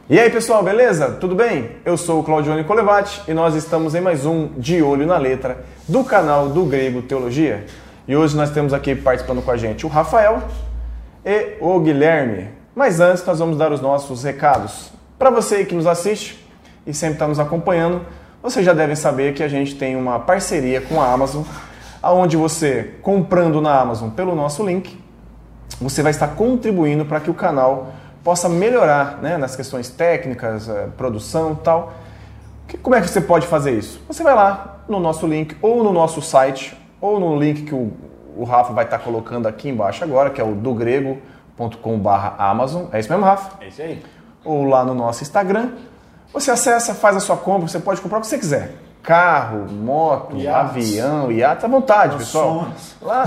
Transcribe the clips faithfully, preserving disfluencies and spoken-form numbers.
E aí pessoal, beleza? Tudo bem? Eu sou o Claudione Colevati e nós estamos em mais um De Olho na Letra do canal do Grego Teologia. E hoje nós temos aqui participando com a gente o Rafael e o Guilherme. Mas antes nós vamos dar os nossos recados. Para você que nos assiste e sempre está nos acompanhando, vocês já devem saber que a gente tem uma parceria com a Amazon, onde você, comprando na Amazon pelo nosso link, você vai estar contribuindo para que o canal possa melhorar, né, nas questões técnicas, produção e tal. Como é que você pode fazer isso? Você vai lá no nosso link, ou no nosso site, ou no link que o, o Rafa vai estar colocando aqui embaixo agora, que é o do grego ponto com barra Amazon. É isso mesmo, Rafa? É isso aí. Ou lá no nosso Instagram. Você acessa, faz a sua compra, você pode comprar o que você quiser. Carro, moto, Iates. avião, iate, à vontade, pessoal. Lá.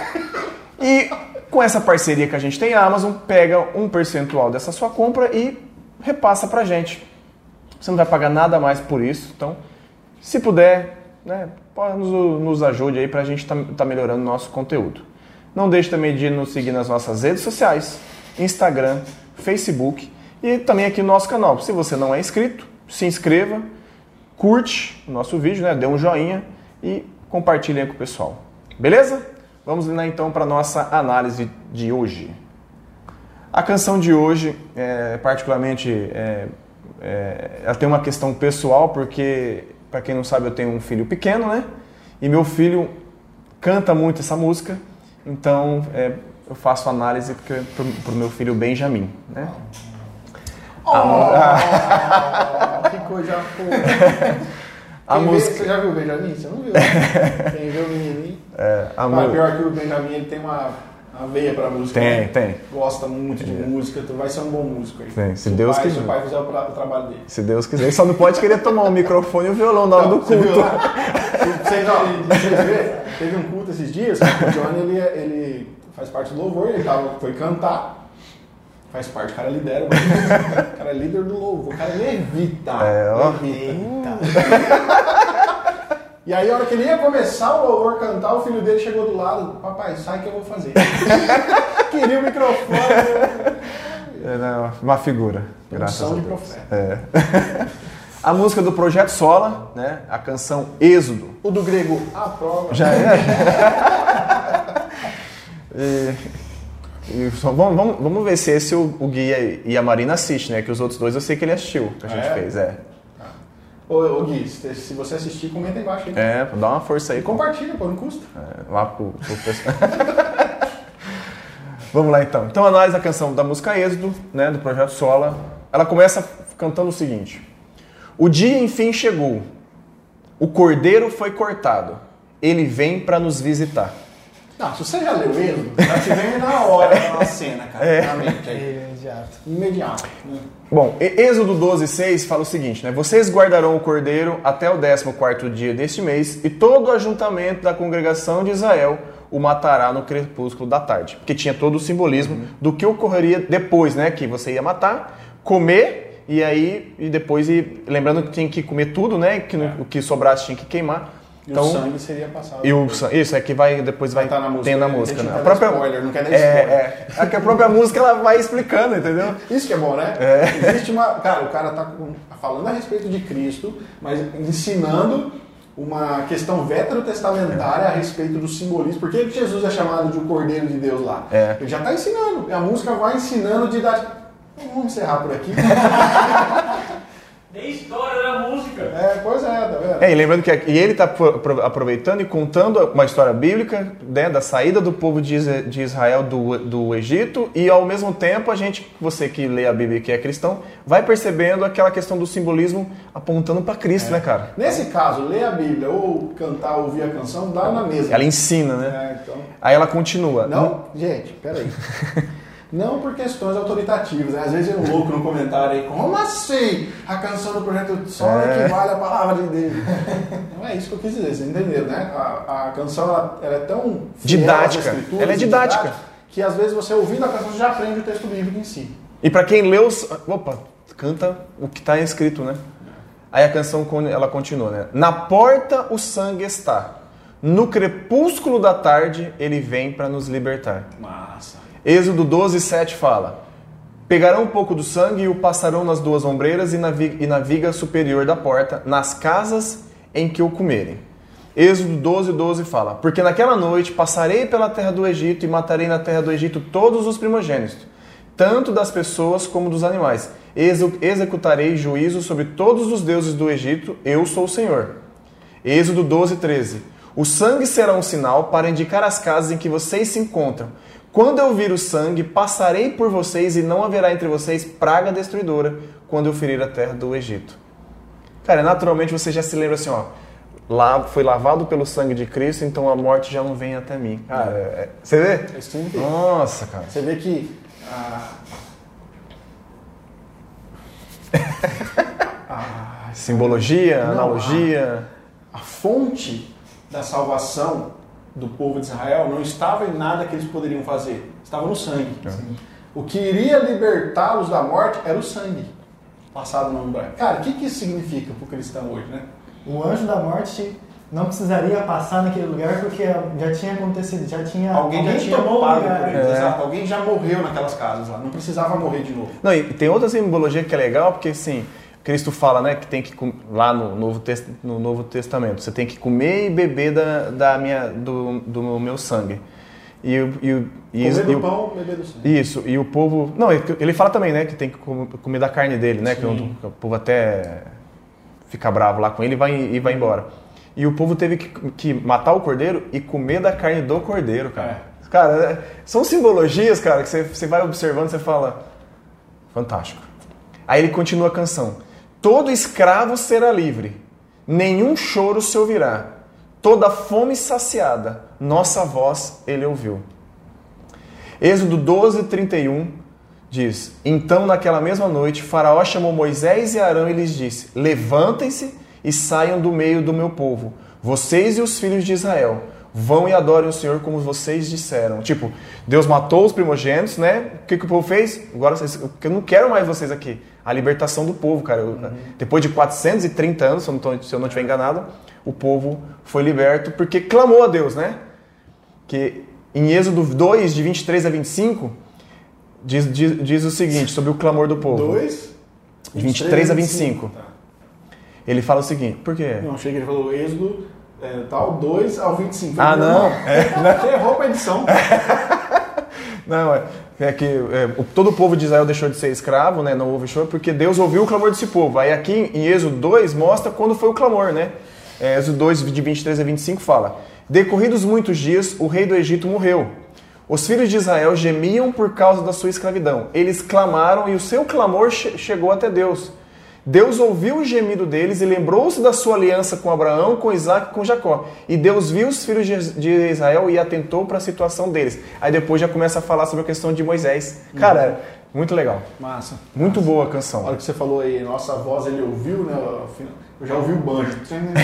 E com essa parceria que a gente tem, a Amazon pega um percentual dessa sua compra e repassa pra gente. Você não vai pagar nada mais por isso. Então, se puder, né, nos, nos ajude aí pra gente estar tá, tá melhorando o nosso conteúdo. Não deixe também de nos seguir nas nossas redes sociais, Instagram, Facebook e também aqui no nosso canal. Se você não é inscrito, se inscreva, curte o nosso vídeo, né, dê um joinha e compartilhe aí com o pessoal. Beleza? Vamos lá então para a nossa análise de hoje. A canção de hoje, é, particularmente, é, é, ela tem uma questão pessoal, porque, para quem não sabe, eu tenho um filho pequeno, né? E meu filho canta muito essa música, então é, eu faço análise para o meu filho Benjamin, né? Oh, a... Que coisa fofa! A música... Vê, você já viu o Benjamin? Você não viu? Quem viu o menininho? É, a Mas mu... pior que o Benjamin, ele tem uma, uma veia pra música. Tem, né? tem. Gosta muito de é. música, tu vai ser um bom músico aí. Tem, se, se Deus pai, quiser. Se o pai fizer o, pra, o trabalho dele. Se Deus quiser. Ele só não pode querer tomar o microfone e o violão na hora do culto. Vocês, vocês vê, teve um culto esses dias, o Johnny, ele, ele faz parte do louvor, ele tava, foi cantar. Faz parte, o cara lidera, o cara é líder do louvor, o cara levita. É, ó. Levita. E aí, a hora que ele ia começar o louvor a cantar, o filho dele chegou do lado, papai, sai que eu vou fazer. Queria o microfone. É, não, uma figura. Graças a Deus. De profeta. É. A música do Projeto Sola, né? A canção Êxodo. O do grego, a prova. Já é. e... E só, vamos, vamos, vamos ver se esse o, o Gui e a Marina assistem, né? Que os outros dois eu sei que ele assistiu, que a gente ah, é? fez, é. Ah. Ô, ô Gui, se, se você assistir, comenta aí embaixo. Hein? É, dá uma força aí. E compartilha, pô, não custa. É, lá pro, pro pessoal. Vamos lá então. Então, análise da canção da música Êxodo, né? Do Projeto Sola. Ela começa cantando o seguinte: o dia enfim chegou, o cordeiro foi cortado, ele vem para nos visitar. Não, se você já leu Êxodo, já te vem na hora na cena, cara. É. Na mente aí. Imediato. Imediato. Né? Bom, Êxodo doze, seis fala o seguinte, né? Vocês guardarão o cordeiro até o décimo quarto dia deste mês e todo o ajuntamento da congregação de Israel o matará no crepúsculo da tarde. Porque tinha todo o simbolismo uhum. do que ocorreria depois, né? Que você ia matar, comer e aí e depois, e, lembrando que tinha que comer tudo, né? Que no, é. o que sobrasse tinha que queimar. E então, o sangue seria passado. E o, isso é que vai depois vai, vai tá na música, tem na música, né? A própria spoiler, não quer nem spoiler. É, é, é que a própria música ela vai explicando, entendeu? Isso que é bom, né? É. Existe uma, cara, o cara tá com, falando a respeito de Cristo, mas ensinando uma questão veterotestamentária é. a respeito do simbolismo. Por que Jesus é chamado de o Cordeiro de Deus lá? É. Ele já está ensinando. A música vai ensinando de dar. Vamos encerrar por aqui. Tem história da música. É, pois é, tá vendo? É, e lembrando que e ele está aproveitando e contando uma história bíblica, né, da saída do povo de Israel do, do Egito, e ao mesmo tempo a gente, você que lê a Bíblia e que é cristão, vai percebendo aquela questão do simbolismo apontando para Cristo, é. né, cara? Nesse caso, ler a Bíblia ou cantar, ouvir a canção, dá na mesa. Ela ensina, né? É, então... Aí ela continua. Não, gente, peraí. Não por questões autoritativas, né? Às vezes é um louco no comentário aí, como assim? A canção do Projeto Sola é. equivale à palavra de Deus. Não é isso que eu quis dizer, vocês entenderam, né? A, a canção ela, ela é tão didática, ela é didática. didática, que às vezes você ouvindo a canção você já aprende o texto bíblico em si. E para quem leu, opa, canta o que está escrito, né? Aí a canção ela continua, né? Na porta o sangue está, no crepúsculo da tarde ele vem para nos libertar. Massa. Êxodo doze, sete fala: Pegarão um pouco do sangue e o passarão nas duas ombreiras e na, vi- e na viga superior da porta, nas casas em que o comerem. Êxodo doze, doze fala, porque naquela noite passarei pela terra do Egito e matarei na terra do Egito todos os primogênitos, tanto das pessoas como dos animais. Exe- executarei juízo sobre todos os deuses do Egito, eu sou o Senhor. Êxodo doze, treze. O sangue será um sinal para indicar as casas em que vocês se encontram. Quando eu vir o sangue, passarei por vocês e não haverá entre vocês praga destruidora quando eu ferir a terra do Egito. Cara, naturalmente você já se lembra assim, ó, lá foi lavado pelo sangue de Cristo, então a morte já não vem até mim. Cara, é, é, você vê? É sim. Nossa, cara. Você vê que a... a... Simbologia, Não, analogia. A, a fonte da salvação do povo de Israel não estava em nada que eles poderiam fazer. Estava no sangue. É. O que iria libertá-los da morte era o sangue passado no umbral. Cara, o que, que isso significa para o cristão hoje, né? O anjo da morte não precisaria passar naquele lugar porque já tinha acontecido, já tinha... Alguém, alguém já tinha tomou pago o lugar. por eles, É. exato. Alguém já morreu naquelas casas lá, não precisava morrer de novo. Não, e tem outra simbologia que é legal, porque assim, Cristo fala, né, que tem que, lá no Novo, Test, no Novo Testamento, você tem que comer e beber da, da minha, do, do meu sangue. E, o- e, o- e, Comer e do o- pão, beber do sangue. Isso, e o povo... Não, ele ele fala também, né, que tem que com- comer da carne dele, né, que Sim. o, o povo até fica bravo lá com ele e vai, e vai embora. E o povo teve que, que matar o cordeiro e comer da carne do cordeiro, cara. É. Cara, é- são simbologias, cara, que você, você vai observando e você fala... Fantástico. Aí ele continua a canção. Todo escravo será livre, nenhum choro se ouvirá. Toda fome saciada, nossa voz ele ouviu. Êxodo doze, trinta e um diz: Então naquela mesma noite Faraó chamou Moisés e Arão e lhes disse: Levantem-se e saiam do meio do meu povo, vocês e os filhos de Israel. Vão e adorem o Senhor como vocês disseram. Tipo, Deus matou os primogênitos, né? O que, que o povo fez? Agora vocês, eu não quero mais vocês aqui. A libertação do povo, cara. Eu, uhum. Depois de quatrocentos e trinta anos, se eu não, tô, se eu não estiver enganado, o povo foi liberto porque clamou a Deus, né? Que em Êxodo dois, de vinte e três a vinte e cinco, diz, diz, diz o seguinte sobre o clamor do povo. dois? De vinte e três a vinte e cinco. Tá. Ele fala o seguinte, por quê? Não, achei que ele falou Êxodo é, tal, dois ao vinte e cinco. Ah, não. É, você errou pra edição. Não, é, é que é, o- todo o povo de Israel deixou de ser escravo, né? Não houve choro, porque Deus ouviu o clamor desse povo. Aí aqui em Êxodo dois mostra quando foi o clamor, né? É, Êxodo dois, de vinte e três a vinte e cinco fala: Decorridos muitos dias, o rei do Egito morreu. Os filhos de Israel gemiam por causa da sua escravidão. Eles clamaram e o seu clamor che- chegou até Deus. Deus ouviu o gemido deles e lembrou-se da sua aliança com Abraão, com Isaac e com Jacó. E Deus viu os filhos de de Israel e atentou para a situação deles. Aí depois já começa a falar sobre a questão de Moisés. Cara, muito legal. Massa. Muito massa. boa a A canção. hora que você falou aí, nossa voz ele ouviu, né? Eu já ouvi o banjo.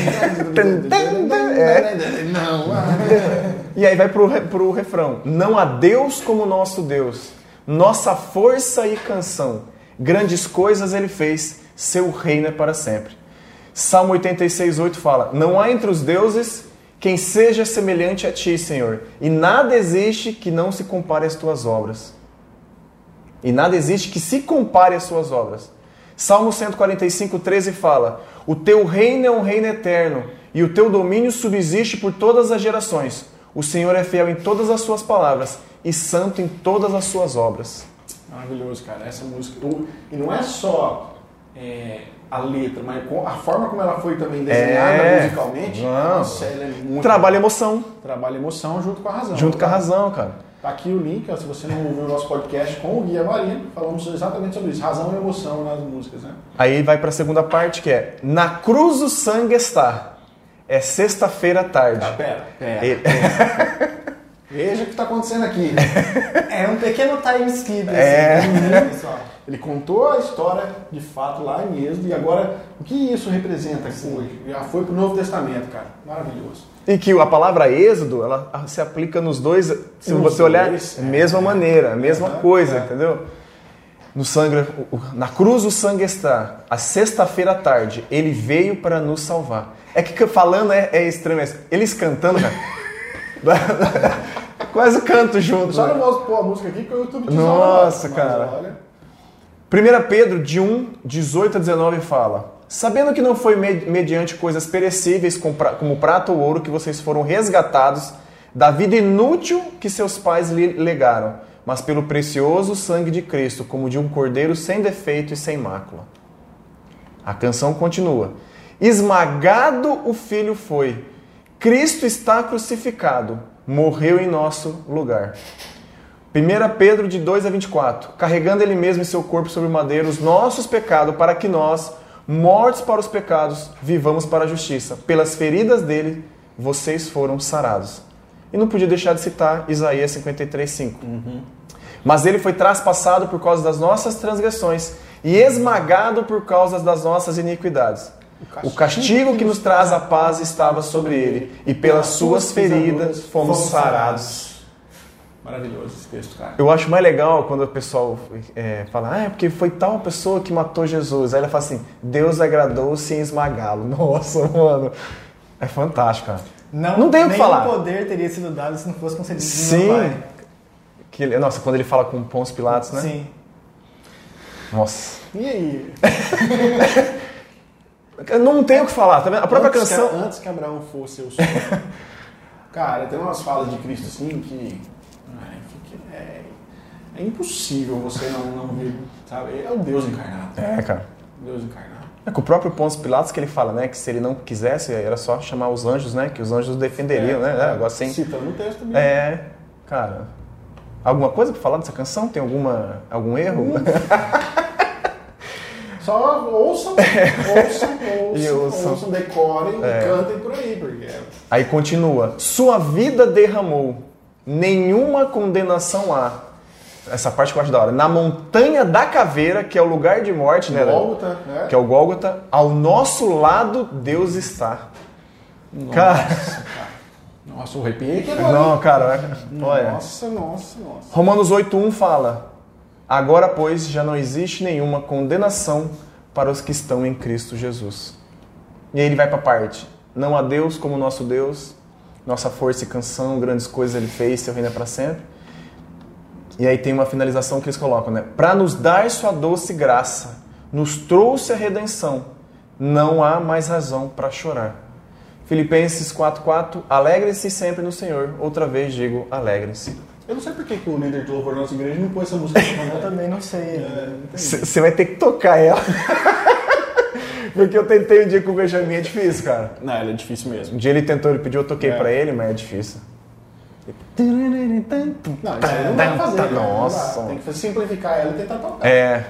Não, ah. E aí vai pro, re- pro refrão. Não há Deus como nosso Deus, nossa força e canção. Grandes coisas ele fez, seu reino é para sempre. Salmo oitenta e seis, oito fala: Não há entre os deuses quem seja semelhante a ti, Senhor, e nada existe que não se compare às tuas obras. E nada existe que se compare às suas obras. Salmo cento e quarenta e cinco, treze fala: O teu reino é um reino eterno, e o teu domínio subsiste por todas as gerações. O Senhor é fiel em todas as suas palavras, e santo em todas as suas obras. Maravilhoso, cara. Essa música. o- E não é só é, a letra, mas com- a forma como ela foi também desenhada É. musicalmente. Não. Nossa, ela é muito. Trabalha emoção, Trabalha emoção junto com a razão. junto com a razão, cara. Tá aqui o link, ó, se você não ouviu o nosso podcast com o Gui Amarino, falamos exatamente sobre isso. Razão e emoção nas músicas, né? Aí vai para a segunda parte, que é: Na cruz o sangue está. É sexta-feira à tarde. Ah, pera, pera. Ele- Veja o que está acontecendo aqui. É um pequeno time skip, assim, É. né, pessoal? Ele contou a história de fato lá em Êxodo e agora o que isso representa hoje? Já foi para o Novo Testamento, cara. Maravilhoso. E que a palavra êxodo, ela se aplica nos dois, se Nos você olhar, dois, é a mesma é. maneira, a mesma É, coisa, é. entendeu? No sangue, o- o- na cruz o sangue está. A sexta-feira à tarde, ele veio para nos salvar. É que falando é, é estranho, mas eles cantando, cara. Quase canto junto. Só né? não posso pôr a música aqui porque o YouTube te Nossa, salva, mas cara. olha, primeira Pedro, de um, dezoito a dezenove, fala: sabendo que não foi mediante coisas perecíveis como prata ou ouro que vocês foram resgatados da vida inútil que seus pais lhe legaram, mas pelo precioso sangue de Cristo, como de um cordeiro sem defeito e sem mácula. A canção continua: esmagado o Filho foi, Cristo está crucificado, morreu em nosso lugar. primeira Pedro, de dois a vinte e quatro, carregando Ele mesmo em seu corpo sobre o madeiro os nossos pecados, para que nós, mortos para os pecados, vivamos para a justiça. Pelas feridas dele, vocês foram sarados. E não podia deixar de citar Isaías cinquenta e três, cinco. Uhum. Mas ele foi traspassado por causa das nossas transgressões e esmagado por causa das nossas iniquidades. O castigo, o castigo que nos traz a paz estava sobre ele, e pelas suas feridas fomos sarados. Maravilhoso esse texto, cara. Eu acho mais legal quando o pessoal é, fala: ah, é porque foi tal pessoa que matou Jesus. Aí ela fala assim: Deus agradou-se em esmagá-lo. Nossa, mano. É fantástico, cara. Não, não tem o que falar. Nem o poder teria sido dado se não fosse concedido. Sim. Meu pai. Que, nossa, quando ele fala com Pôncio Pilatos, né? Sim. Nossa. E aí? Não tem o que falar, tá vendo? A própria antes canção... Que, antes que Abraão fosse o sonho. Cara, tem umas falas de Cristo assim que... É, é impossível você não, não ver, sabe? É o Deus encarnado. É, cara. Deus encarnado. É com o próprio Pôncio Pilatos que ele fala, né? Que se ele não quisesse, era só chamar os anjos, né? Que os anjos defenderiam, é, né? É, agora assim... Citando o texto mesmo. É, cara... Alguma coisa pra falar dessa canção? Tem alguma, algum erro? Hum. Só ouçam, ouçam, ouçam, ouçam, ouçam, decorem é. e cantem por aí. Porque... Aí continua. Sua vida derramou, nenhuma condenação há. Essa parte que eu acho da hora. Na montanha da caveira, que é o lugar de morte, né? Gólgota, né? Que é o Gólgota, ao nosso lado Deus está. Nossa, cara... cara. Nossa, eu arrepiei aqui agora. Não, cara, olha. Nossa, nossa, nossa. Romanos oito, um fala: agora, pois, já não existe nenhuma condenação para os que estão em Cristo Jesus. E aí ele vai para a parte: não há Deus como nosso Deus, nossa força e canção, grandes coisas ele fez, seu reino é para sempre. E aí tem uma finalização que eles colocam, né? Para nos dar sua doce graça, nos trouxe a redenção, não há mais razão para chorar. Filipenses quatro, quatro, alegrem-se sempre no Senhor. Outra vez digo, alegrem-se. Eu não sei por que, que o líder de louvor da nossa igreja não pôs essa música. Eu também não sei. Você é, vai ter que tocar ela. Porque eu tentei um dia com o Benjamin, é difícil, cara. Não, ela é difícil mesmo. Um dia ele tentou, ele pediu, eu toquei é. pra ele, mas é difícil. Não, isso aí não dá pra fazer. Nossa. Tem que simplificar ela e tentar tocar. É. é.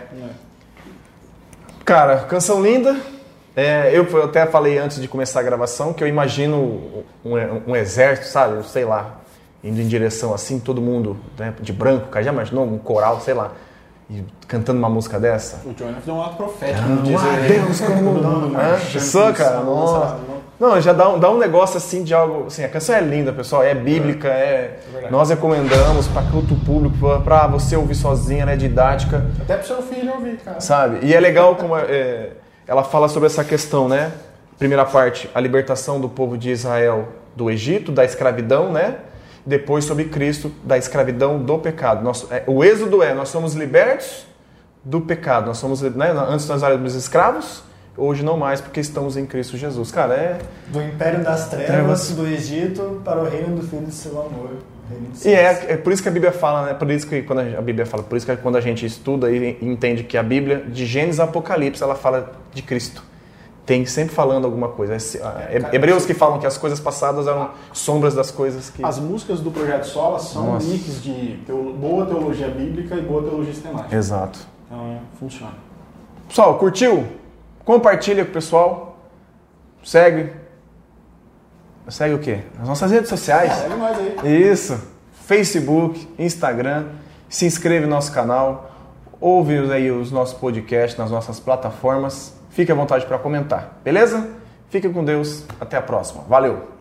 Cara, canção linda. É, eu até falei antes de começar a gravação que eu imagino um, um exército, sabe? Eu sei lá, indo em direção assim, todo mundo, né, de branco, cara, já imaginou um coral, sei lá, e cantando uma música dessa? O Johnny deu um ato profético. Não, diz ah, Deus, como não, pessoa, cara, nossa. Não, já dá um, dá um negócio assim de algo, assim, a canção é linda, pessoal, é bíblica, é, é nós recomendamos para culto público, para você ouvir sozinha, ela é didática. Até pro seu filho ouvir, cara. Sabe? E é legal como é, ela fala sobre essa questão, né? Primeira parte, a libertação do povo de Israel do Egito, da escravidão, né? Depois sobre Cristo, da escravidão do pecado. Nós, é, o êxodo é, nós somos libertos do pecado. Nós somos, né, antes nós éramos escravos, hoje não mais, porque estamos em Cristo Jesus. Cara, é... Do império das trevas, trevas. do Egito, para o reino do Filho do seu amor. E é, é por isso que a Bíblia fala, né? Por isso que quando a Bíblia fala, por isso que quando a gente estuda e entende que a Bíblia, de Gênesis a Apocalipse, ela fala de Cristo. Tem sempre falando alguma coisa. É, cara, Hebreus que falam que as coisas passadas eram sombras das coisas que... As músicas do Projeto Sola são Nossa. um mix de teolo... boa teologia bíblica e boa teologia sistemática. Exato. Então, funciona. Pessoal, curtiu? Compartilha com o pessoal. Segue. Segue o quê? As nossas redes sociais. Segue nós aí. Isso. Facebook, Instagram. Se inscreve no nosso canal. Ouve aí os nossos podcasts nas nossas plataformas. Fique à vontade para comentar, beleza? Fique com Deus, até a próxima. Valeu!